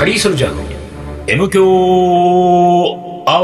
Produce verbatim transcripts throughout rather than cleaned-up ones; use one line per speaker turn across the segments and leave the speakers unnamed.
カリーソルジャーの
M 強ア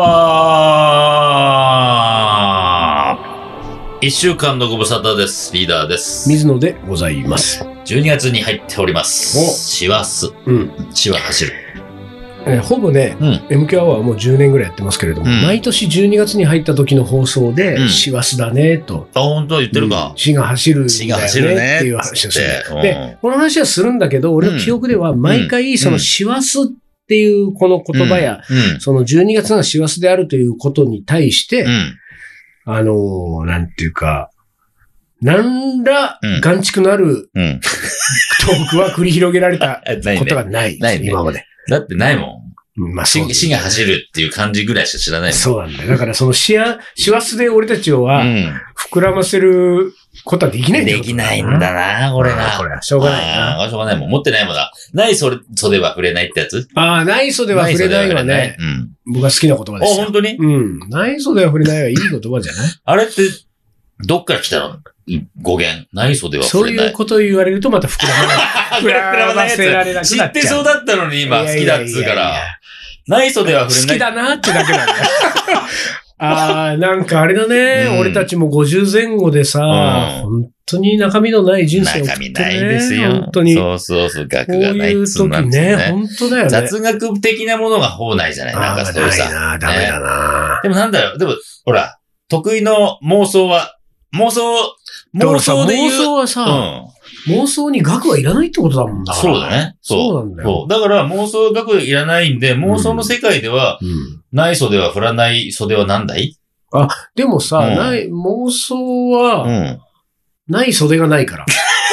ワー。一週間のご無沙汰です。リーダーです。
水野でございます。
じゅうにがつに入っております。
お
師走。
うん。
師は走る。
えーほぼね、
うん。
M 強アワーはもうじゅうねんぐらいやってますけれども、
うん
毎年じゅうにがつに入った時の放送で、
うん
師走だねと。
あ、本当言ってるか。
死が走るんだ
死が
よ
走るね
ねっていう話をする。
うん
で、この話はするんだけど、俺の記憶では毎回その師走っていうこの言葉や、
うん。
そのじゅうにがつが師走であるということに対して、
うん。
あのーなんていうか、何ら
うん
眼蓄のある
うん。
トークは繰り広げられた
ないね
ことがない。
ないね
今まで。
だってないもん。
うんまあそう
死死が走るっていう感じぐらいしか知らないもん。
そうなんだよ。だからそのしや、師走で俺たちをは
うん。
膨らませることはできないって
で
こと
きないんだな、これが。
あーこれはしょうがないな。
あーしょうがないもん。持ってないもんだ。ないそれ、袖は触れないってやつ
ああ、ない袖は触れないわね。
うん。
僕が好きな言葉
あ、
ですよ。
本当に
うん。ない袖は触れないはいい言葉じゃない
あれって、どっから来たの語源。ない袖は
そう
触れない。
いうことを言われるとまた膨らまない。
膨らませられなくなっちゃう。知ってそうだったのに今好きだっつうから。ない袖は触れない。
好きだなってだけなんだよ。ああ、なんかあれだね、
うん
俺たちもごじゅうぜん後でさ、
うん
本当に中身のない人生を送ってね。
中身ないですよ。
本当に。
そうそうそう、学
こう
がない
いう
っつう
時
なんです
ね、本当だよね。
雑学的なものがほぼないじゃないなんか
ああ、
そういうさ。
ないな、ダメだな。
でもなんだよ。でも、ほら、得意の妄想は、妄想、妄
だからさ、
想で言う。
妄想はさ、
うん。
妄想に額はいらないってことだもんだから。
そうだね。そう。
そうなんだよ
そう。だから妄想学いらないんで、妄想の世界では、
うん。
ない袖は振らない袖は何だい
でもさ、
うん
ない、妄想
う
は、
ん。
ない袖がないから。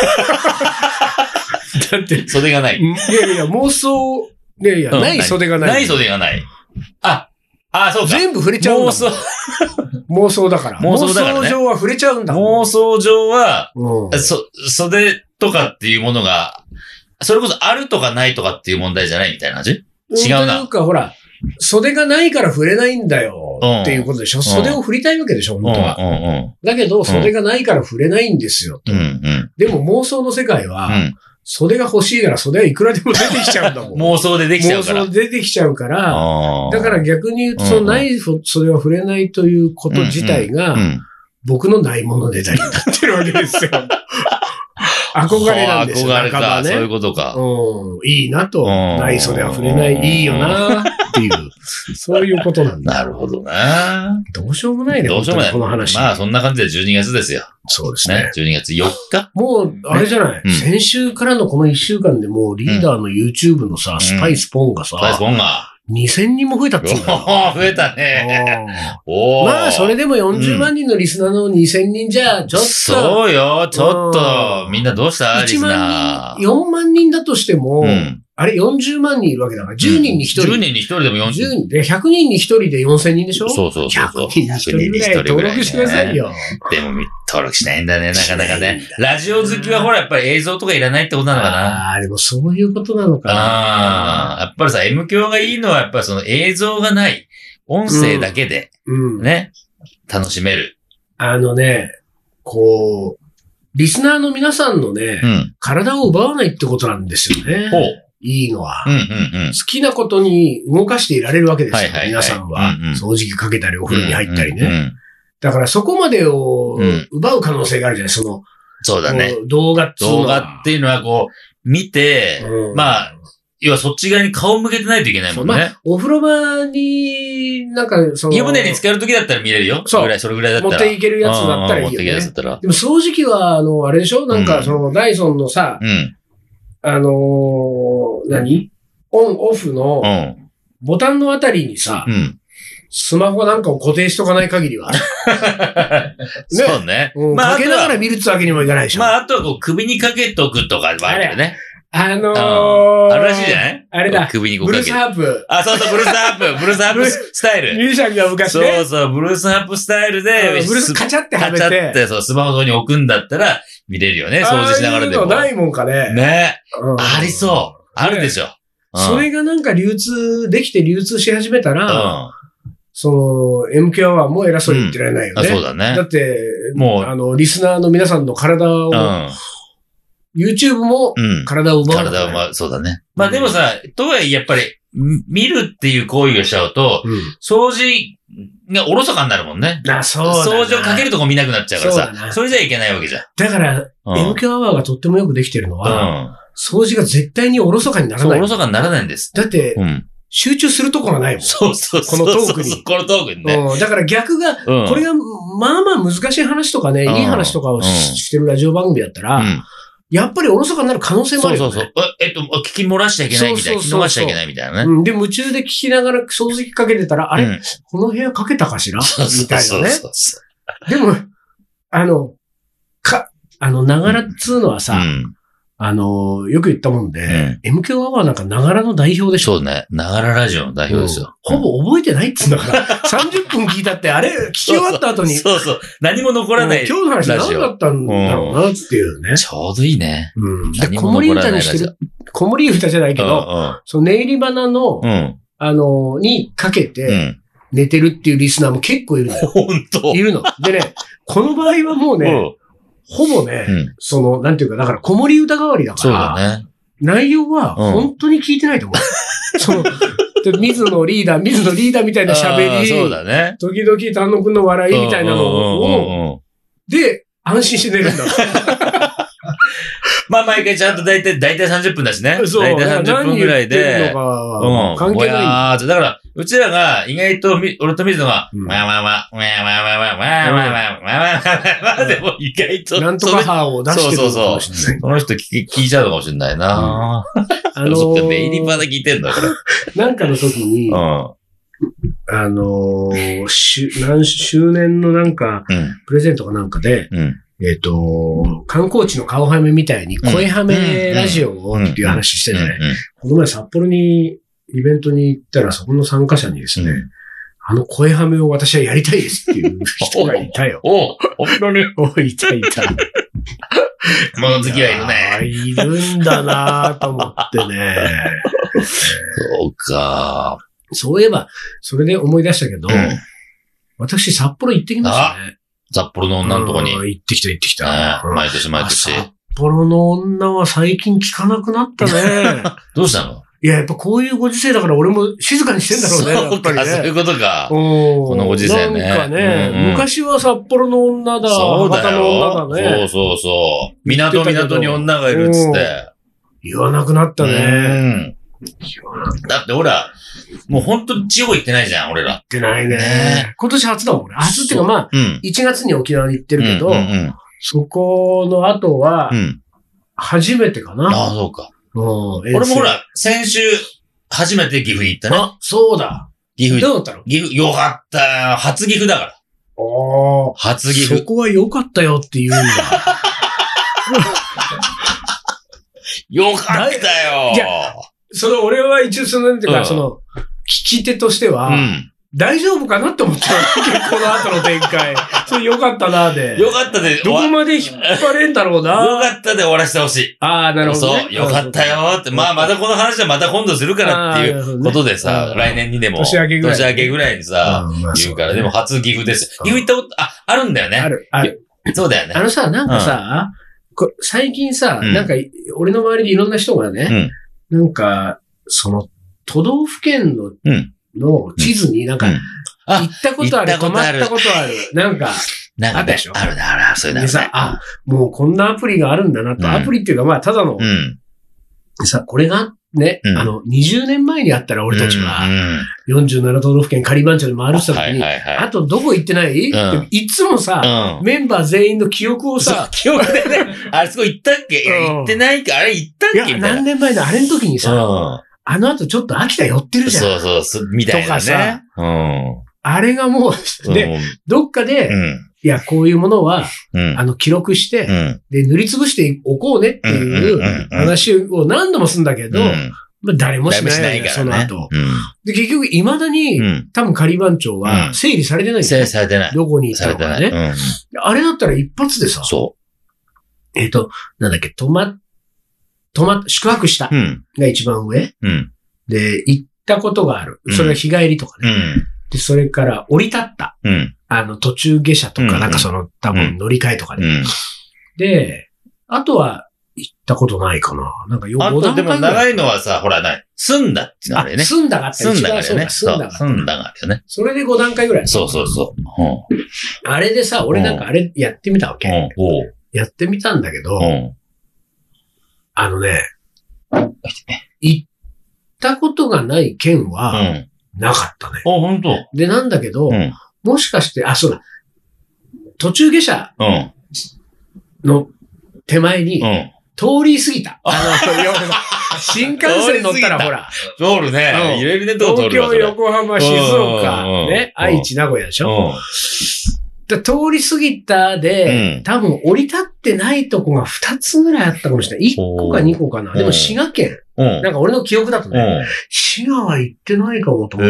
だって、
袖がない。
いやいや、妄想、いやいや、
うん
ない袖がない。
ない袖がない。あ、あ、そうか。
全部触れちゃうんだもん。
妄想、
妄想だから。
妄想だからね
妄想上は触れちゃうんだもん。
妄想上は、
うん。
そ、袖とかっていうものが、それこそあるとかないとかっていう問題じゃないみたいな話違うな
というか、ほら、袖がないから触れないんだよ
うん
っていうことでしょ。袖を振りたいわけでしょ、
うん、
本当は。
うん、
だけど、袖がないから触れないんですよ。
うん。うん、うん。
でも妄想の世界は、
うん。
袖が欲しいから袖はいくらでも出てきちゃうんだもん。
妄想でできちゃうから。
妄想出てきちゃうから、
あー
だから逆に言うと、
うん
そのない袖は触れないということ自体が
う、ん。
僕のないものねだりになってるわけですよ。憧れなんですよ。
憧れか。
半ばね
そういうことか。
うん、いいなと。
うん
ない袖は触れない。いいよなっていう。そういうことなんだ。
なるほどな。
どうしようもないね。
どうしようもない。
本当にこの話。
まあ、そんな感じでじゅうにがつですよ。
そうですね。。
ねじゅうにがつよっか
もう、あれじゃない、
うん
先週からのこのいっしゅうかんでもうリーダーの YouTube のさ、
ん
スパイスポンがさ、
スパイスポンが。
にせんにんも増えたっつうんだよ。
おー増えたね。
おー
おー
まあ、それでもよんじゅうまんにんのリスナーのにせんにんじゃ、ちょっと、
そうよ、ちょっと
う。ん
みんなどうしたリ
1
ス
万
ナー。
人、よんまんにんだとしても、
うん
あれよんじゅうまんにんいるわけだから、じゅうにんにひとり。
じゅうにんにひとりでもよんじゅう
じゅうにんで、ひゃくにんにひとりでよんせんにんでしょ
そうそうそうそう。
ひゃくにんにひとりぐらい登録してくださいよ。
でも、登録しないんだね、なかなかね。ラジオ好きはほら、やっぱり映像とかいらないってことなのかな。
ああ、でもそういうことなのかな。
ああ、やっぱりさ、M 響がいいのは、やっぱりその映像がない、音声だけで、
うん。
ね、楽しめる。
あのね、こう、リスナーの皆さんのね、
うん。
体を奪わないってことなんですよね。
ほう。
いいのは。
うんうんうん
好。きなことに動かしていられるわけですよ。
はいはいはい
皆さんは、
うんうん
掃除機かけたりお風呂に入ったりね。
うんうんうん
だからそこまでを
うん
奪う可能性があるじゃない、その、
そうだね。
こう動画っつうのは
動画っていうのはこう、見て、
うん
まあ、要はそっち側に顔向けてないといけないもんね。
まあ、お風呂場に、なんか、その、
湯船に浸かるときだったら見れるよ。
そう
ぐらい、それぐらいだったら。
持っていけるやつだったらいいよね
うんうん持っていけるやつだったら。
でも掃除機は、あの、あれでしょなんか、
うん
その、ダイソンのさ、
うん。
あのー何オン、オフの
うん。
ボタンのあたりにさ、
うん。
スマホなんかを固定しとかない限りは。
そうね。
うん、
まあ、
かけなが
あとは
ら見るってわけにもいかないでしょ。
まあ、あとはこう、首にかけとくとかはあるよね。
あの
うん
ー、
あるらしいじゃない
あれだ。
首にこう
ブルース
かけて。
ハープ。
あ、そうそう、ブルースハープ、ブルースハープスタイ
ミ
ル。
ュージシャンが昔
そ
ね。
うそう、ブルースハープスタイルで、
うんブルースカチャっては
カチャ
めて。
って、そう、スマホに置くんだったら、見れるよね、掃除しながらでも。
ああいうのないもんかね。
ね。
うん
ありそう。あるでしょ。うん
それがなんか流通、できて流通し始めたら、
うん。
その、エムケー アワーも偉そうに言ってられないよ
あ、
ね。
そうだね。
だって、
もう
あの、リスナーの皆さんの体を
うん。
YouTube も
うん。
体を奪う、ね。
体を奪う。そうだね。まあでもさ、とはいえやっぱり、見るっていう行為をしちゃうと、
うん。
掃除がおろそかになるもんね。
あ、そうだな。
掃除をかけるとこ見なくなっちゃうからさ、
そうだな
それじゃいけないわけじゃん。
だから、
うん。
エムキューアワーがとってもよくできてるのは、
うん。
掃除が絶対におろそかになら
そう、
ない。
おろそかにならないんです。
だって、
うん。
集中するとこがないもん。
そうそうそう。
このトークに
そうそうこのトークにね。
うん、だから逆が、
うん。
これが、まあまあ難しい話とかね、
うん
いい話とかをし,、
うん
してるラジオ番組だったら、
うん。
やっぱりおろそかになる可能性もあるよね。
そうそうそう。え、えっと、聞き漏らしちゃいけないみたいな。聞き
そうそうそうそう
逃しちゃいけないみたいなね。
うん。で、夢中で聞きながら掃除機かけてたら、あれ、
うん
この部屋かけたかしらみたいなね。
そうそうそう
でも、あの、か、あの、ながらっつうのはさ、
うん。
あの、よく言ったもんで、
うん
エムキュー アワーなんかながらの代表でしょ。
そうね。ながらラジオの代表ですよ。
うんほぼ覚えてないっつうんだから、さんじゅっぷん聞いたって、あれ、聞き終わった後に、
そうそう。何も残らない。
今日の話何だったんだろうなっていうね。
ちょうどいいね。
うん。で、
何
子守
も残らない
歌にしてる、子守歌じゃないけど、その寝入り花の、
うん。うん。
あの、にかけ
う
て
ん。
寝てるっていうリスナーも結構いるのよ。
ほんと。
いるの。でね、この場合はもうね、ほぼね、
うん。
その、なんていうか、だから子守歌代わりだか
そう
ら、
だね。
内容は本当に聞いてないと思う。その、で水野リーダー、水野リーダーみたいな喋り、
あーそうだね。
時々丹野くんの笑いみたいなのを、
うんうんうんうん
で、安心して寝るんだ。
まあ、毎回ちゃんと大体、大体さんじゅっぷんだしね。
そう。
大体さんじゅっぷんぐらいで。
何言ってるのかは
うん。
関係ない。
ぼやーってだから、うちらが意外とみ、俺と水野が、
うん
わーわーわー、わーわーわーわーわーわーわーわーわーわーわーでも意外と。
なんとか派を出してるのかもしれない。
その人聞き、聞いちゃうのかもしれないな
あの
そっか、
ー
メイリーパーで聞いてんだ、これ。
なんかの時に、
うん。
あのー、しゅ何周年のなんか、
うん。
プレゼントかなんかで、
うん。
えっと、観光地の顔はめみたいに声はめラジオをっていう話してたじゃない。この前札幌にイベントに行ったらそこの参加者にですね、
うん
あの声はめを私はやりたいですっていう人がいたよ。
おう、本当に。
おいたいた。
物好きはいる
あ
ね。
ーいるんだなぁと思ってね。
そうか。
そういえば、それで思い出したけど、
うん
私札幌行ってきましたね。
札幌の女のとこに。
うん行ってきた行ってき
ね
た。うん
毎年毎年。
あ札幌の女は最近聞かなくなったね。
どうしたの
いや、やっぱこういうご時世だから俺も静かにしてんだろうね、やっぱりね。
そういうことか。
こ
のご時世ね
なんかね、
うんうん
昔は札幌の女だ、
そうだ
博多の
よ。
女だね。
そうそうそう。港港に女がいるっつって。
言わなくなったね。
うん
言わなくな
だって俺ら、もう本当に地方行ってないじゃん、俺ら。
ってないね。
ね
今年初だもん、俺。初っていうかまあ、
うん。
いちがつに沖縄に行ってるけど、
うんうん
そこの後は
うん。う、ん。
初めてかな。
ああ、そうか。
うん
俺もほ、ら、先週、初めて岐阜に行ったね。
あ、そうだ。
岐阜、
どうだったの
岐阜、よかったよ。初岐阜だから。
ああ。
初岐阜。
そこは良かったよって言うんだ。
よかったよ。
いやその、俺は一応その、なんていうか、
うん
その、聞き手としては、
うん。
大丈夫かなって思ったの。この後の展開。それ良かったな、で。
よかったで、
どこまで引っ張れんだろうな。
よかったで終わらせてほしい。
ああ、なるほど、ね。
そう、よかったよって。まあ、またこの話はまた今度するからっていうことでさ、来年にでも、
年明けぐらい
年明けぐらいにさ、
うんまあ
言うから、でも初岐阜です。
うん
岐阜行ったこと、あ、あるんだよね。
ある、ある。
そうだよね
あ。のさ、なんかさ、こ最近さ、
うん
なんか、俺の周りでいろんな人がね、なんか、その、都道府県の、
うん
の地図になんか、
うんあ
行ったことある、
行ったことある
泊まったことある。なんか、
なんかね
あったでしょ、
あるね、あるある、そういうのあるね
でさ、あ、もうこんなアプリがあるんだなと。
うん
アプリっていうか、まあ、ただの、
うん。
さ、これがね、
うん
あの、にじゅうねんまえにあったら俺たち
う
は、
ん
よんじゅうなな都道府県仮番長で回るってた時に、
はいはいはい。
あとどこ行ってない、
ん
いつもさ、
うん。
メンバー全員の記憶を
そう
さ、、
記憶でね、あれそこ行ったっけいや、
うん
行ってないかあれ行ったっ
いや、
けみたいな。
何年前のあれの時にさ、
うん。
あの後ちょっと秋田寄ってるじゃん。
そうそうそう、みたいな
とかさ
ね。うん。
あれがもう、で、どっかで、
うん。
いや、こういうものは、
うん。
あの、記録して、
うん。
で、塗りつぶしておこうねっていう
うんうんうんうん
話を何度もするんだけど、
うん
まあ、誰もしない
しない
よね、
からね。
その後。
うん。
で、結局、未だに、
うん。
多分仮番長
うん
は整理されてないんだ
整
よ
理されてない。
どこに行った
されてない。
のかね。
うん。
あれだったら一発でさ、
そ
えっ、と、なんだっけ、泊ま、泊ま、宿泊した
う。うん。
が一番上。
うん。
で、行ったことがある。それが日帰りとかね。
うん。
で、それから降り立った。
うん。
あの、途中下車とか、
うん
なんかその、多分乗り換えとかね。
うん。
で、あとは、 行ったことないかな。なんかよ、
あとでも長いのはさ、ほらない。澄んだってのあるよね。
澄んだがあった
澄んだがあるよね。
澄んだが。
澄んだがあるよね。
それでご段階ぐらい。
そうそうそう。うん、
あれでさ、俺なんかあれやってみたわけ。うん、やってみたんだけど、うん、あのね、行ったことがない県は、なかったね。
あ、本当。
で、なんだけど、うん、もしかして、あ、そうだ、途中下車の手前に、うん、通り過ぎた。あの、新幹線乗ったらほら。
通るね。入れるね、
東京、横浜、静岡、ね、愛知、名古屋でしょ。通り過ぎたで、多分降り立ってないとこがふたつぐらいあったかもしれない。いっこかにこかな。でも滋賀県。なんか俺の記憶だとね、滋賀は行ってないかもと思って。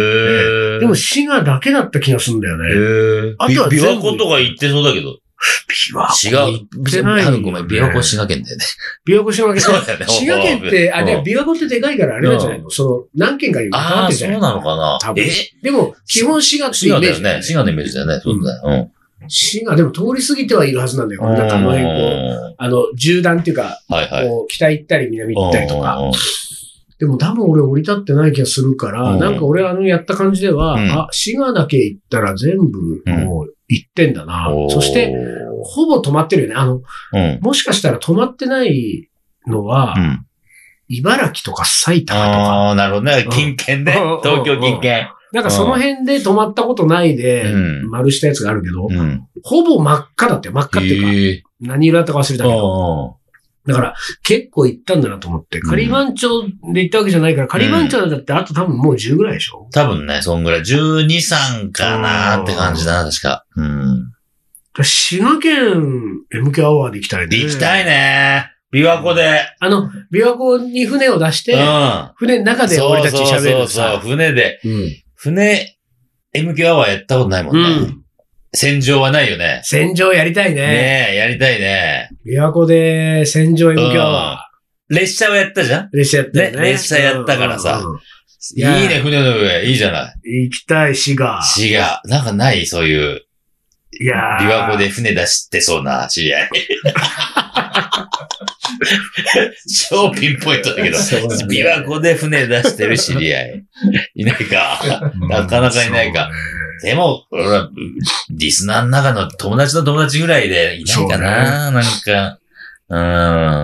でも滋賀だけだった気がするんだよね。
あとは琵琶湖とか行ってそうだけど。
琵琶湖行ってない。
ごめん、琵琶湖滋賀県だよね。
琵琶湖滋賀県。そうだよね。滋賀県って、あ、で、琵琶湖ってでかいからあれなんじゃないの？その、何県かに分かってるじゃない？
あ、そうなのかな？
多分。え？でも、基本滋賀ってイメージ。
滋賀だよね。滋賀のイメージだよね。そうだよ。
滋賀、でも通り過ぎてはいるはずなんだよ。なんかあの辺こう、あの、縦断っていうか、はいはい、こう北行ったり南行ったりとか。でも多分俺降り立ってない気がするから、なんか俺あのやった感じでは、うん、あ、滋賀だけ行ったら全部もう行ってんだな。うん、そして、ほぼ止まってるよね。あの、うん、もしかしたら止まってないのは、うん、茨城とか埼玉とか。
ああ、なるほどね。近県ね。東京近県。
なんかその辺で止まったことないで、丸したやつがあるけど、うん、ほぼ真っ赤だったよ。真っ赤っていうか、何色だったか忘れたけど。だから、結構行ったんだなと思って。仮番町で行ったわけじゃないから、仮番町だってあと多分もうじゅうぐらいでしょ？
多分ね、そんぐらい。じゅうに、さんかなーって感じだな、確か。うん。
滋賀県 エムケー アワーで行きたいね。
行きたいね。琵琶湖で。
あの、琵琶湖に船を出して、うん、船の中で俺たち喋る。そうそう
そう、船で。うん、船、エムケー アワーやったことないもんね。うん戦場はないよね。
戦場やりたいね。
ねえ、やりたいね。
琵琶湖で戦場 エムケー アワ
ー。列車はやったじゃん
列車やったよね。
ね列車やったからさ。うんうん、いいね、船の上。いいじゃない。
行きたい、滋賀。
滋賀。なんかないそういう。いや琵琶湖で船出してそうな知り合い。超ピンポイントだけど、ね、琵琶湖で船出してる知り合い。いないか。なかなかいないか。でも、リスナーの中の友達の友達ぐらいでいないかな、ね、なんか。うん、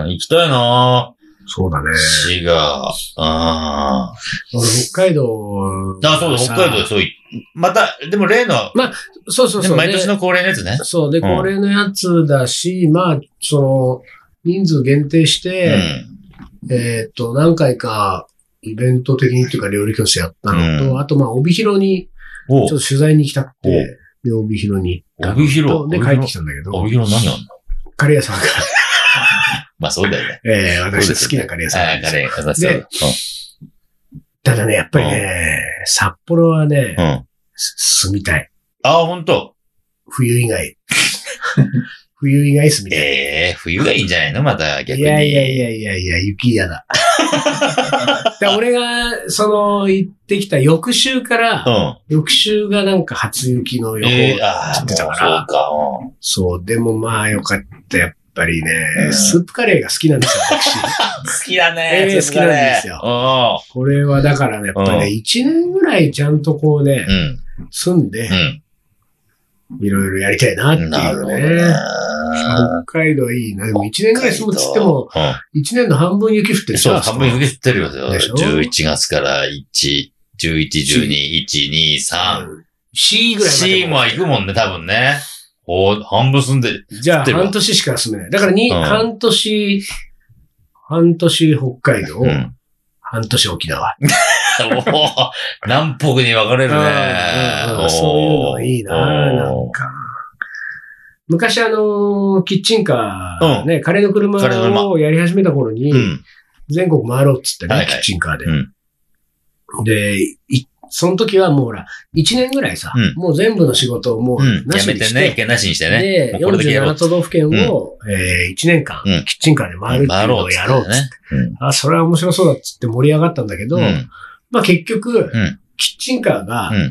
行きたいな
そうだね。
滋賀。あ
北海道。
あ、そうだ、北海道でそうい、また、でも例の。
まあ、そうそうそう。
毎年の恒例のやつね。
そう、で、恒例のやつだし、うん、まあ、その、人数限定して、うん、えっと、何回かイベント的にっていうか料理教室やったのと、うん、あとまあ、帯広に、ちょっと取材に行きたくて、で、帯広に行った。
帯広
で、帰ってきたんだけど。
帯広何あんの
カレー屋さんから。
まあそうだよね。
ええー、私好きなカレー屋さん。
はい、カレー屋さん。
で、ただね、やっぱりね、札幌はね、うん、住みたい。
ああ、ほんと
冬以外。冬以外住みたい。
ええー、冬がいいんじゃないのまた逆に。
いやいやいやいやいや、雪嫌だ。で俺が、その、行ってきた翌週から、うん、翌週がなんか初雪の予報って言ってたから、
そうか、うん。
そう、でもまあよかった。やっぱりね、うん、スープカレーが好きなんですよ、
私。好きだね、
えー、好きなんですよ。これはだからね、やっぱりね、一年ぐらいちゃんとこうね、うん、住んで、いろいろやりたいなっていうね。北海道いいな。でも一年ぐらい住むっつっても、一年の半分雪降ってる
そう、半分雪降ってるよ。じゅういちがつからいち、じゅういち、じゅうに、いち、に、さん。
C ぐらいまで。
C も行くもんね、多分ね。お半分住んでる。
じゃあ、半年しか住めない。だからに、うん、半年、半年北海道、うん、半年沖縄。
お南北に分かれるね。
そういうのいいな、なんか。昔あの、キッチンカー、うん、ね、カレーの車をやり始めた頃に、うん、全国回ろうっつってね、はいはい、キッチンカーで。うん、で、い、その時はもうほら、一年ぐらいさ、うん、もう全部の仕事をもうなしにして、うん、やめてね、
一見なしにしてね。
で、よんじゅうなな都道府県を、うん、えー、いちねんかん、うん、キッチンカーで回るっていうのをやろうっつって。うん、あ、それは面白そうだっつって盛り上がったんだけど、うん、まあ結局、うん、キッチンカーが、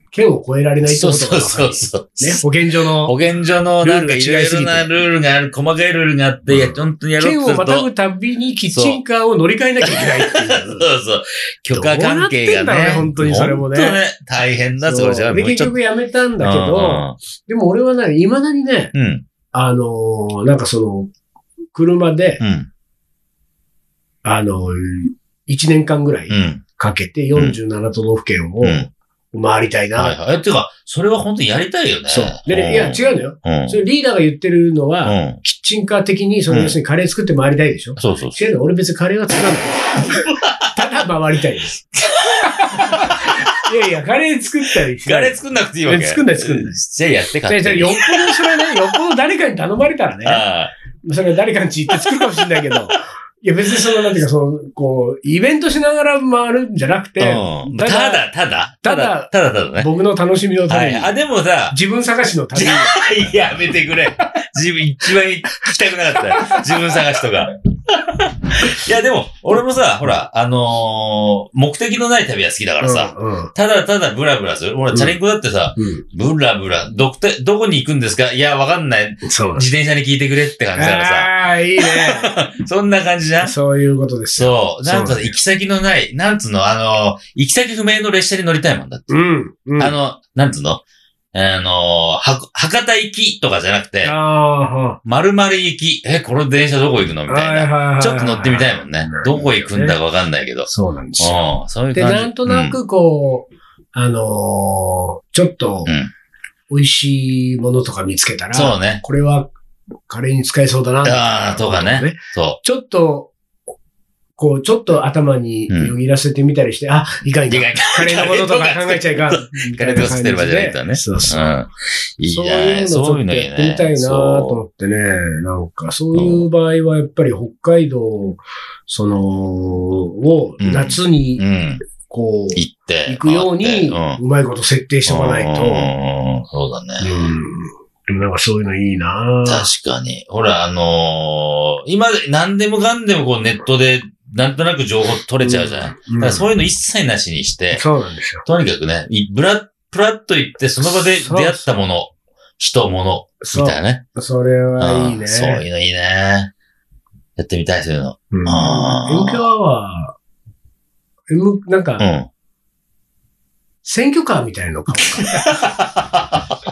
県を越えられないってことが分かる。
そうそうそう。
ね、保健所の。
保健所のなんかいろいろなルールがある、細かいルールがあって、いや、本当にやろうとすると。
県をまたぐたびにキッチンカーを乗り換えなきゃいけないっていう。
そうそう。許可関係がね。
どうなってんだろうね、本当にそれもね。
本当ね、大変だ、それじゃあ。
で、結局やめたんだけど、でも俺はね、未だにね、
うん、
あのー、なんかその、車で、
うん、
あのー、いちねんかんぐらいかけてよんじゅうなな都道府県を回りたいな。
はいはい。え、てか、それは本当にやりたいよね。
そう。でね、いや、違うのよ。うん、それリーダーが言ってるのは、うん、キッチンカー的に、その要するにカレー作って回りたいでしょ、うん、
そうそうそう。
違うの、俺別にカレーは作らない。ただ回りたいです。いやいや、カレー作ったりして。
カレー作んなくていいわけ。
作んない作んない。
じゃあやって勝手に。
よっぽどそれね、よっぽど誰かに頼まれたらね。それは誰かに家行って作るかもしれないけど。いや別にその、なんていうか、その、こう、イベントしながら回るんじゃなくて、
うん、ただ、ただ、
ただ、
ただ、ただね。
僕の楽しみのために。
はい、あ、でもさ、
自分探しのため
に。やめてくれ。自分、一番聞きたくなかった。自分探しとか。いや、でも、俺もさ、ほら、あのー、目的のない旅は好きだからさ、うんうん、ただただブラブラする。俺、チャリンコだってさ、うん、ブラブラ、ど、どこに行くんですか？いや、わかんない。自転車に聞いてくれって感じだからさ。
ああ、いいね。
そんな感じじゃん？
そういうことですよ。
そう。なんか行き先のない、なんつうの、あの、行き先不明の列車に乗りたいもんだって。
うん。うん、
あの、なんつうのあの、は、博多行きとかじゃなくて、丸々行き、え、この電車どこ行くのみたいな。ちょっと乗ってみたいもんね。どこ行くんだかわかんないけど。
そうなんですよ。
そういう感じ。
で、なんとなくこう、うん、あのー、ちょっと、美味しいものとか見つけたら、
そうね。
これはカレーに使えそうだな。
ああ、とかね。そう。
ちょっと、こう、ちょっと頭によぎらせてみたりして、うん、あ、いかんいかん。カレーのこととか考えちゃいかん。
カレーとか吸ってる場合じゃないとね。
そうそう。うん、
いいじゃない。そういうの
やってみたいなと思ってね。なんか、そういう場合はやっぱり北海道、その、を夏に、こう、
行って、
行くように、うまいこと設定しておかないと。
そうだね。
うんでもなんかそういうのいいな
確かに。ほら、あのー、今、何でもかんでもこうネットで、なんとなく情報取れちゃうじゃない、うん、だからそういうの一切なしにして、
そうなんですよ。
とにかくね、ブラッ、プラッと行って、その場で出会ったもの、人、物、みたいなね。
それはいいね。
そういうのいいね。やってみたい、そういうの。
うん。M 響アワー、M、なんか、うん、選挙カーみたいなの買おうか。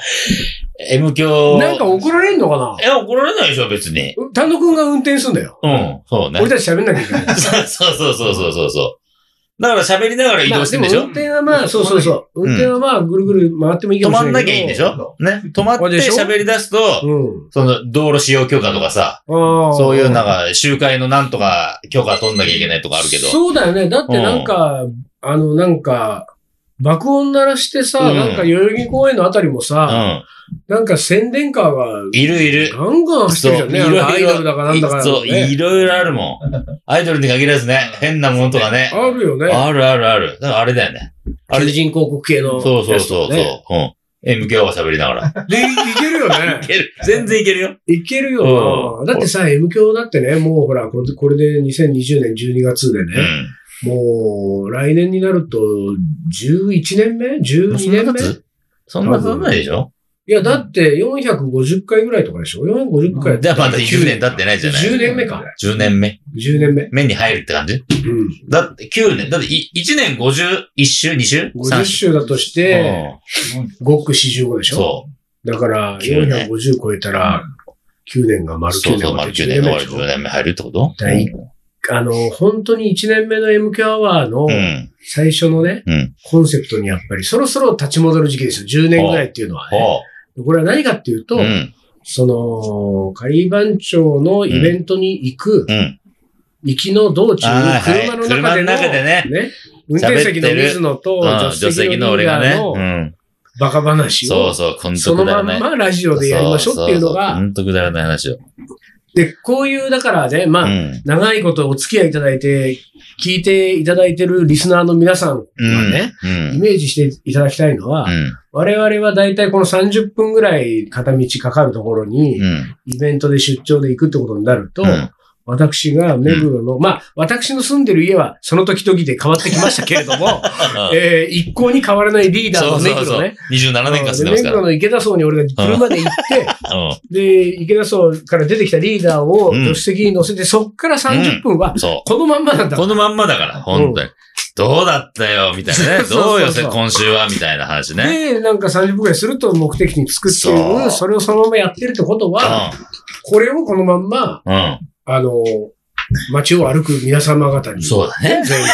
M 響。
なんか怒られんのかな？
え、怒られないでしょ、別に。
丹野くんが運転すんだよ。
うん、そうね。
俺たち喋んなきゃいけない。
そうそうそうそうそうそう。だから喋りながら移動してるんでしょ、まあ、
でも運転はまあ、そうそうそう。運転はまあ、ぐるぐる回ってもいいかもしれないけど。
止まんなきゃいいんでしょね。止まって喋り出すと、うん、その、道路使用許可とかさ、そういうなんか、集会のなんとか許可取んなきゃいけないとかあるけど。
そうだよね。だってなんか、うん、あの、なんか、爆音鳴らしてさ、うん、なんか代々木公園のあたりもさ、うん、なんか宣伝カーが、
いるいる。
ガンガン走ってるじゃんね。いろいろアイドルだかなんだか、ね。
そう、いろいろあるもん。アイドルに限らずね、変なものとかね。
あるよね。
あるあるある。だからあれだよね。
あれ人広告系の、ね。
そうそうそうそう。うん。M 響は喋りながら。
で、いけるよね。
いける。全然いけるよ。
いけるよな。だってさ、M 響だってね、もうほら、これこれでにせんにじゅうねんじゅうにがつでね。うんもう、来年になると、じゅういちねんめ ?じゅうにねんめ
そんな経たないでしょ
いや、だってよんひゃくごじゅっかいぐらいとかでしょ ?よんひゃくごじゅっかい。
じゃあまだじゅうねん経ってないじゃない ?じゅう
年目か。
じゅうねんめ。
じゅうねんめ。
目に入るって感じうん。だってきゅうねん。だっていちねんごじゅういっ週 に週
?ごじゅっ 週だとして、ごくよんじゅうごでしょそう。だから、よんひゃくごじゅう超えたら、きゅうねんが丸きゅうねん。
そうそう、丸きゅうねんが丸じゅうねんめ入るってこと
あの、本当にいちねんめの M 響アワーの最初のね、うん、コンセプトにやっぱりそろそろ立ち戻る時期ですよ。じゅうねんぐらいっていうのはね。これは何かっていうと、うん、その、仮番長のイベントに行く、うん、行きの道中、車の中での、はい、中でね、ね運転席の水野と助手席のリーダーの、ね、バカ話を、そうそう、そのまんまラジオでやりましょうっていうのが、
ほんとくだらない話を。
で、こういう、だからね、まあ、うん、長いことお付き合いいただいて、聞いていただいてるリスナーの皆さんはね、うんうん、イメージしていただきたいのは、うん、我々はだいたいこのさんじゅっぷんぐらい片道かかるところに、うん、イベントで出張で行くってことになると、うん、 私が目黒の、うん、まあ、私の住んでる家はその時々で変わってきましたけれども、えー、一向に変わらないリーダーの目黒ね。そうそうそう。
にじゅうななねんかん住んでますから。
目黒の池田荘に俺が車で行って、うん、で、池田荘から出てきたリーダーを助手席に乗せて、うん、そっからさんじゅっぷんは、このまんまなんだ、
うん。このまんまだから、本当に。うん、どうだったよ、みたいなね。そうそうそうどうよせ、今週は、みたいな話ね。
で、なんかさんじゅっぷんくらいすると目的地に着くっていう、そ, それをそのままやってるってことは、うん、これをこのまんま、うん、あの、街を歩く皆様方に。
そうだね。全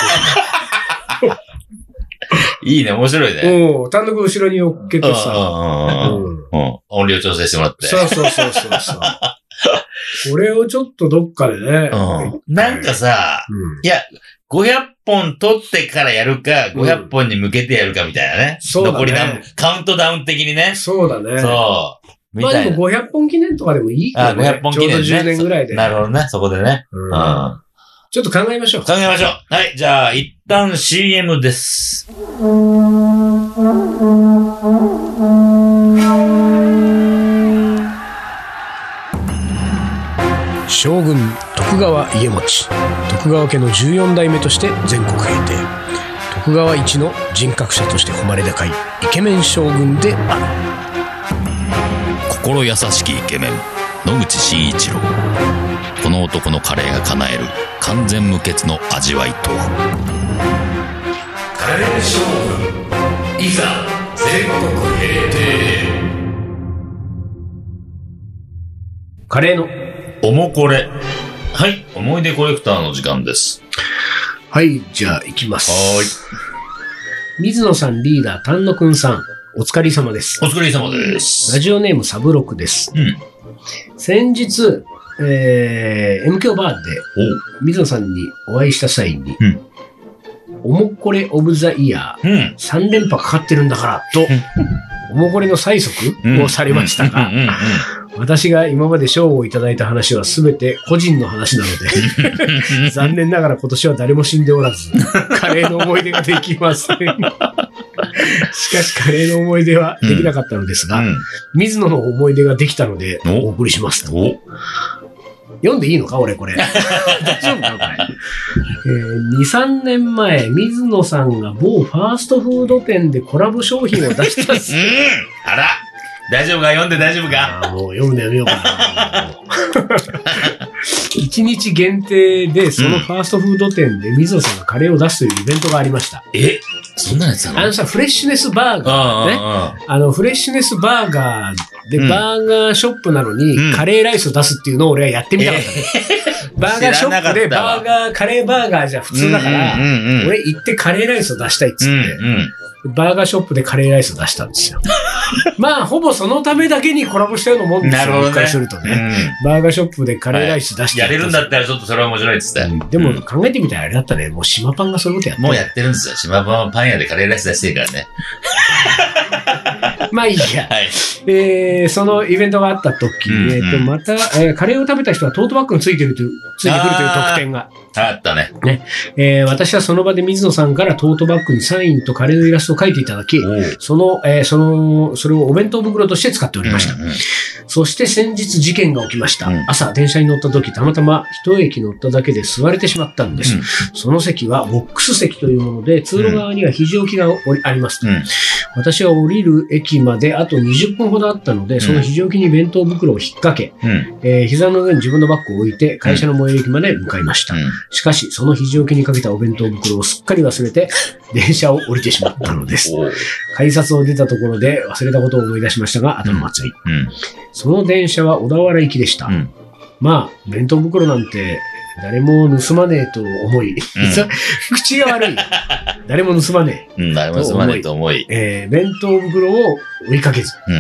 いいね、面白いね。
うん。単独後ろに乗っけてさ。
うん。うん。音量調整してもらって。
そうそうそうそうそう。これをちょっとどっかでね。
うん。なんかさ、うん、いや、ごひゃっぽん撮ってからやるか、ごひゃっぽんに向けてやるかみたいなね。
そうだね。
残り何、カウントダウン的にね。
そうだね。
そう。
まあでもごひゃっぽん記念とかでもいいけどね。あ、
ごひゃっぽん記念ね。
ちょうどじゅうねんぐらいで。
なるほどね、そこでね。うん。うん
ちょっと考えましょう。
考えましょう。はい。じゃあ、一旦 シーエム です。
将軍徳川家茂徳川家のじゅうよんだいめとして全国平定徳川一の人格者として誉れ高いイケメン将軍である。
心優しきイケメン野口真一郎。この男のカレーが叶える完全無欠の味わいとは。カレー将軍いざ全国平定。
カレーの
おもこれ。はい、思い出コレクターの時間です。
はい、じゃあ行きます。
はい。
水野さんリーダー丹野くんさんお疲れ様です。
お疲れ様です。
ラジオネームサブロクです。うん。先日えー、エムケーオー バーで水野さんにお会いした際に、うん、おもこれオブザイヤー、うん、さん連覇かかってるんだからと、おもこれの催促をされましたが、私が今まで賞をいただいた話はすべて個人の話なので、残念ながら今年は誰も死んでおらず、カレーの思い出ができません。しかしカレーの思い出はできなかったのですが、うんうん、水野の思い出ができたのでお送りしますと。読んでいいのか俺これ。大丈夫かこれ。えー、に、さんねんまえ、水野さんが某ファーストフード店でコラボ商品を出したっす。
うん。あら大丈夫か読んで大丈夫か
あもう読むのやめようかな。一日限定でそのファーストフード店で水野さんがカレーを出すというイベントがありました。
えそんなやつなの？
あのさ、フレッシュネスバーガーね。あ, あ, あの、フレッシュネスバーガーで、バーガーショップなのに、カレーライスを出すっていうのを俺はやってみたかったね。えー、バーガーショップでバーガー、カレーバーガーじゃ普通だから、俺行ってカレーライスを出したいっつって、うんうんバーガーショップでカレーライスを出したんですよ。まあ、ほぼそのためだけにコラボしたようなもんですよ。なるほどね。一回するとね、うん。バーガーショップでカレーライス出して、
はい。やれるんだったらちょっとそれは面白いっつって。うん、
でも考えてみたらあれだったね。もう島パンがそういうことやってる。
もうやってるんですよ。島パンはパン屋でカレーライス出してるからね。
まあいいや。はい。えー、そのイベントがあった時、うんうん、えっ、ー、と、また、えー、カレーを食べた人はトートバッグについてるという、ついてくるという特典が。
あったね。
ね。えー、私はその場で水野さんからトートバッグにサインとカレーのイラストを描いていただき、その、えー、その、それをお弁当袋として使っておりました。うんうん、そして先日事件が起きました。うん、朝電車に乗った時、たまたま一駅乗っただけで座れてしまったんです。うん、その席はボックス席というもので、通路側には肘置きがあります、うん。私は降りる駅まであとにじゅっぷんほどあったので、その肘置きに弁当袋を引っ掛け、うんえー、膝の上に自分のバッグを置いて、会社の最寄り駅まで向かいました。うんしかし、その肘置きにかけたお弁当袋をすっかり忘れて、電車を降りてしまったのです。改札を出たところで忘れたことを思い出しましたが、頭祭り、うんうん。その電車は小田原行きでした。うん、まあ、弁当袋なんて誰も盗まねえと思い、うん、口が悪い。誰も盗まね
え。うん、誰も盗まねえと思い。
えー、弁当袋を追いかけず、うん、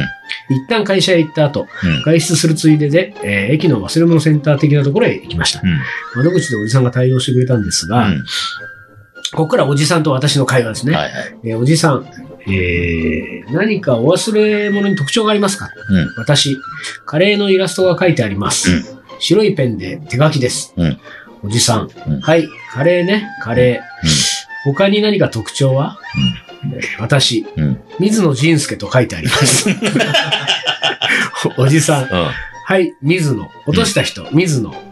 一旦会社へ行った後、うん、外出するついでで、えー、駅の忘れ物センター的なところへ行きました。うん、窓口でおじさんが対応してくれたんですが、うん、ここからおじさんと私の会話ですね。はいはいえー、おじさん、えー、何かお忘れ物に特徴がありますか、うん、私、カレーのイラストが書いてあります。うん、白いペンで手書きです。うん、おじさん、うん、はい、カレーね、カレー。うん、他に何か特徴は、うん、私、うん、水野仁介と書いてあります。おじさん、うん、はい、水野、落とした人、うん、水野。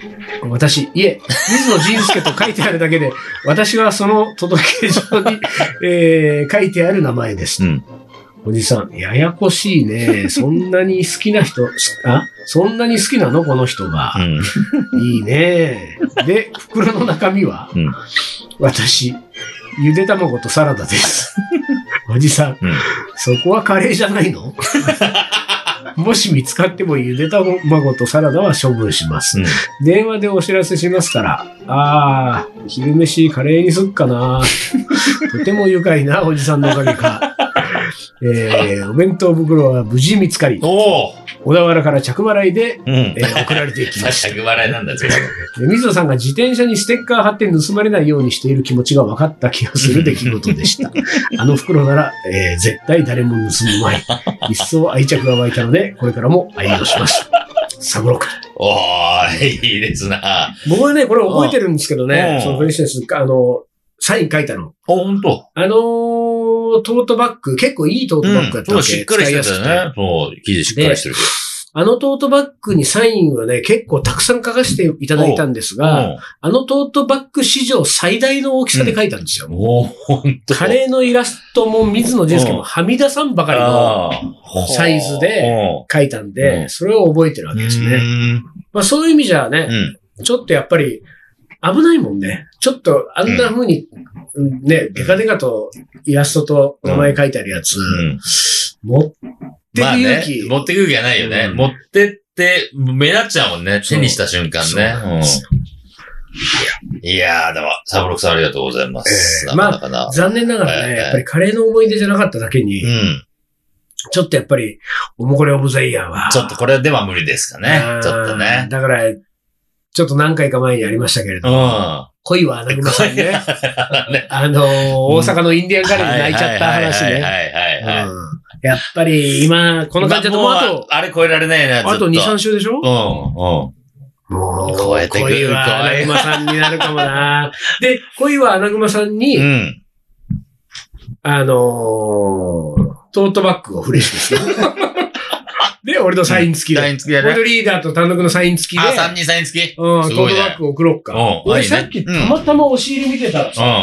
私、いえ、水野仁介と書いてあるだけで、私はその届け状に、えー、書いてある名前です。うん、おじさん、ややこしいね。そんなに好きな人、あそんなに好きなのこの人が。うん、いいね。で、袋の中身は、うん、私、ゆで卵とサラダです。おじさん、うん、そこはカレーじゃないのもし見つかってもゆで卵とサラダは処分します。うん、電話でお知らせしますから。あー、昼飯カレーにすっかな。とても愉快なおじさんのおかげか。えー、お弁当袋は無事見つかり、小田原から着払いで、うんえー、送られていきました。
着払いなんだ、
水野さんが自転車にステッカー貼って盗まれないようにしている気持ちが分かった気がする出来事でした。あの袋なら、えー、絶対誰も盗むまい。一層愛着が湧いたので、これからも愛用します。サブロック。
おー、いいですな。
僕はね、これ覚えてるんですけどね、そのフェイスです、あの、サイン書いたの。あ、
本当。
あのー、トートバッグ、結構いいトートバッグだったわけ、うん、
しっかりしてたね。そう、生地しっかりしてるけど。
あのトートバッグにサインはね、結構たくさん書かせていただいたんですが、あのトートバッグ史上最大の大きさで書いたんですよ。うん、お本当カレーのイラストも水野仁介もはみ出さんばかりのサイズで書いたんで、それを覚えてるわけですね。まあそういう意味じゃね、うん、ちょっとやっぱり危ないもんね。ちょっとあんな風に、うん、ね、デカデカとイラストと名前書いてあるやつ、うん、持ってく勇気、
まあね。持ってく勇気はないよね。うん、持ってって目立っちゃうもんね。手にした瞬間ね。うん、いやー、でも、サブロクさんありがとうございます。
えー、なかなかなまあ、残念ながらね、えー、やっぱりカレーの思い出じゃなかっただけに、うん、ちょっとやっぱり、おもこれオブザイヤーは。
ちょっとこれでは無理ですかね。ちょっとね。
だから、ちょっと何回か前にありましたけれども、うん、恋は穴熊さんね。あのー、大阪のインディアンカレーで泣いちゃった話ね。やっぱり今、この感じだともうあと、
あれ超えられないな、
あとに、さん週でしょうん、うん。
もう、超えてくる。
恋は穴熊さんになるかもな。で、恋は穴熊さんに、うん、あのー、トートバッグをフレッシュですよ。で、俺のサイン付きで。サイン付きだね。俺のリーダーと単独のサイン付きで。
あ、さんにんサイン付き
うん、トートバッグ送ろっか。うん。俺さっきたまたま押し入れ見てたらさ。うん。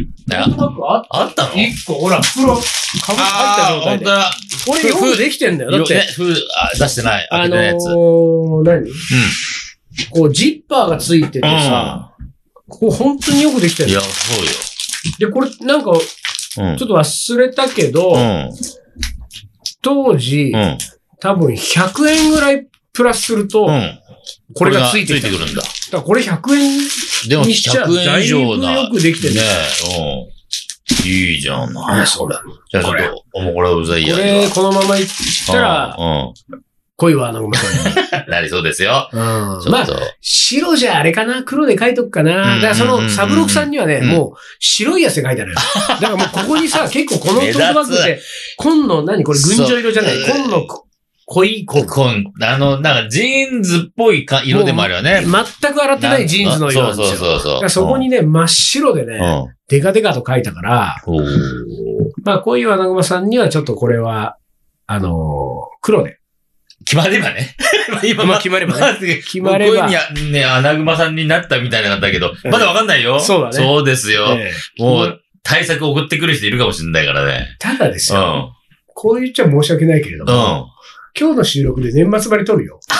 トートバッグあ
あったの
いっこ、ほら、袋、かぶ入った状態で。あ、ほんとだ。これよくできてんだよ。だって。
封、あ、出してない。
あのー、何うん。こう、ジッパーがついててさ、ここ本当によくできてる。
いや、そうよ。
で、これ、なんか、ちょっと忘れたけど、当時、多分ひゃくえんぐらいプラスすると、うん、これがついてくるんだ。だからこれひゃくえんにしちゃう。だいぶよくできてるね。
うん。いいじゃんな。それ。じゃあちょっと、おもこれうざいや。
これ、このままいったら、うん。恋は穴熊さん
に。なりそうですよ。
うん。まあ、白じゃあれかな黒で書いとくかな。だからその、サブロクさんにはね、もう、白いやつで書いてあるよ。だからもうここにさ、結構このトートバッグって、紺の、何これ、群青色じゃない紺の、濃い紺。
紺。あの、なんかジーンズっぽい色でもあるよね。
全く洗ってないジーンズの色なんですよ。そうそうそうそう。そこにね、真っ白でね、デカデカと書いたから、まあ、恋は穴熊さんにはちょっとこれは、あの、黒で。
決まればね。
今、まあ、決まればね。
決まれば。恋にね、穴熊さんになったみたいなんだけど、まだわかんないよ。
そうだね。
そうですよ。もう、対策送ってくる人いるかもしれないからね。
ただですよ。こう言っちゃ申し訳ないけれども、今日の収録で年末まで撮るよ。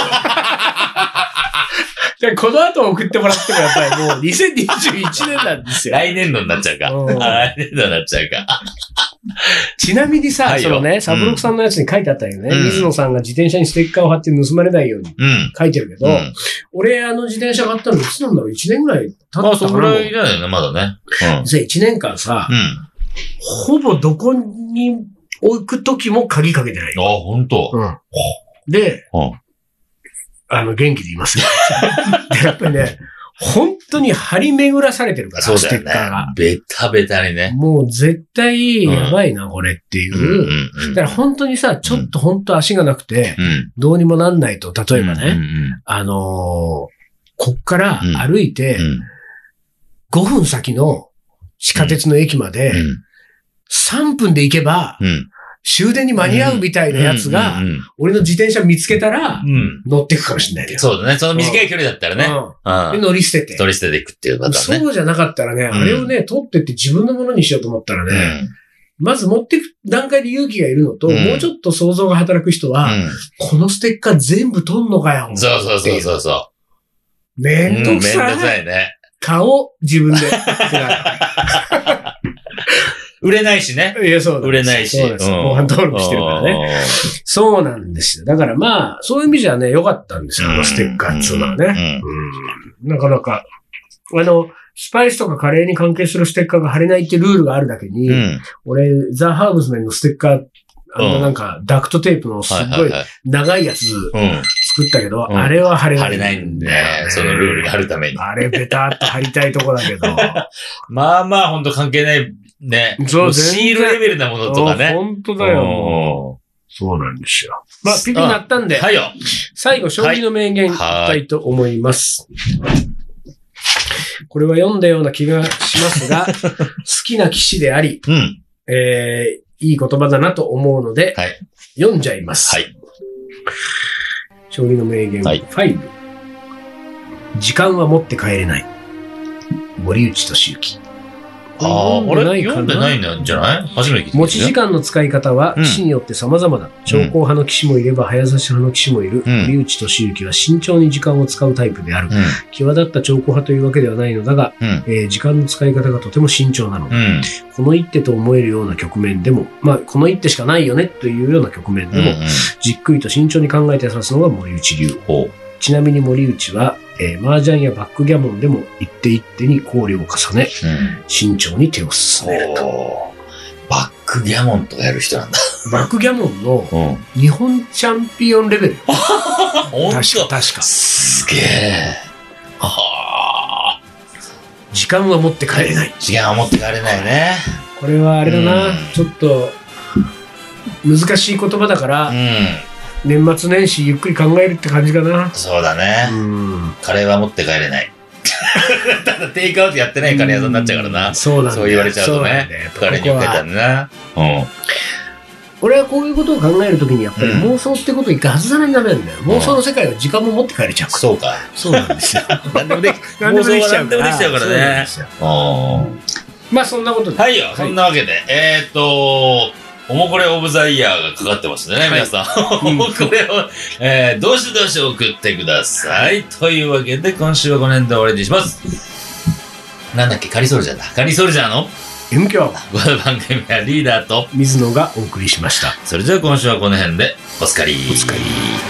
じゃあこの後送ってもらってもやっぱりもうにせんにじゅういちねんなんですよ。
来年度になっちゃうか。来年度になっちゃうか。
ちなみにさ、そのね、サブロクさんのやつに書いてあったよね。うん、水野さんが自転車にステッカーを貼って盗まれないように書いてるけど、うん、俺あの自転車買ったのいつなんだろう ?いち 年ぐらい経ったかな。
まあそのぐらいだよね、まだね。
うん。じゃあいちねんかんさ、うん、ほぼどこに置くときも鍵かけてない。
あ、ほんと。うん。
で、うん、あの、元気でいますよ。で、やっぱりね、本当に張り巡らされてるから、
そうだよね、ステッカーが。ベタベタにね。
もう絶対やばいな、うん、これっていう。うんうんうん、だから本当にさ、ちょっと本当足がなくて、うん、どうにもなんないと、例えばね、うんうんうん、あのー、こっから歩いて、ごふん先の地下鉄の駅まで、さんぷんで行けば、うん、 終電に間に合うみたいなやつが、
うんうんうん、
俺の自転車見つけたら、
うん、
乗っていくかもしれないね。
そうだね。その短い距離だったらね。
うんうん、で、乗り捨てて。
乗り捨てていくっていうパターンね。
そうじゃなかったらね、あれをね、取ってって自分のものにしようと思ったらね、うんまず持っていく段階で勇気がいるのと、うん、もうちょっと想像が働く人は、うん、このステッカー全部取んのかよ。
そうそうそうそうそう。
めんどくさい。
うん、めんどくさいね。
顔、自分で。
売れないしね。
いや、そう
売れないし。
そうです。防犯登録してるからね。そうなんですよ。だからまあ、そういう意味じゃね、良かったんですよ、あのステッカーっていうのはね。うん、なかなか。あの、スパイスとかカレーに関係するステッカーが貼れないっていうルールがあるだけに、うん、俺、ザ・ハーブズメンのステッカー、あのなんか、ダクトテープのすっごい長いやつ作ったけど、うん、あれは貼れない。
貼れないんだよね。そのルールがあるために。
あれベターっと貼りたいとこだけど。
まあまあ、ほんと関係ないね。そう、シールレベルなものとかね。
ほんとだよ、もう。そうなんですよ。まあ、ピピになったんで、
はいよ。
最後、将棋の名言いきたいと思います。これは読んだような気がしますが、好きな棋士であり、うんえー、いい言葉だなと思うので、はい、読んじゃいます。はい、将棋の名言、はい、ご。時間は持って帰れない。森内俊之。
ああ、あれ読んでないんじゃない初めて聞いた。
持ち時間の使い方は、棋士によって様々だ。長考派の棋士もいれば、早指し派の棋士もいる。森内俊之は慎重に時間を使うタイプである。うん、際立った長考派というわけではないのだが、うんえー、時間の使い方がとても慎重なのだ、うん。この一手と思えるような局面でも、まあ、この一手しかないよねというような局面でも、うんうん、じっくりと慎重に考えて指すのが森内流。ちなみに森内は、えー、麻雀やバックギャモンでも一手一手に考慮を重ね、うん、慎重に手を進めると。
バックギャモンとかやる人なんだ。
バックギャモンの日本チャンピオンレベル。確か、確か。
すげえ。は
時間は持って帰れない。
時間は持って帰れないね。
これはあれだな、うん、ちょっと難しい言葉だから、うん年末年始ゆっくり考えるって感じかな。
そうだね。うん。カレーは持って帰れない。ただテイクアウトやってないカレー屋さんになっちゃうからな。
そうなんだ。
そう言われちゃうとね。カレーに受けたんだな。うん。
俺はこういうことを考えるときにやっぱり妄想ってことを一回外さないとダメなんだよ。うん、妄想の世界は時間も持って帰れちゃうから。
そうか。
そうなんですよ。
何でもできちゃう。妄想は何でもできちゃうからね。
まあそんなことで。
はいよ。そんなわけで。えっと、おもこれオブザイヤーがかかってますね、はい、皆さん。おもこれを、えー、どしどし送ってください。というわけで、今週はこの辺で終わりにします。なんだっけ、カリソルジャーだ。カリソルジャーの
M 強。
この番組はリーダーと
水野がお送りしました。
それじゃあ今週はこの辺で、おつかり。
おつかり。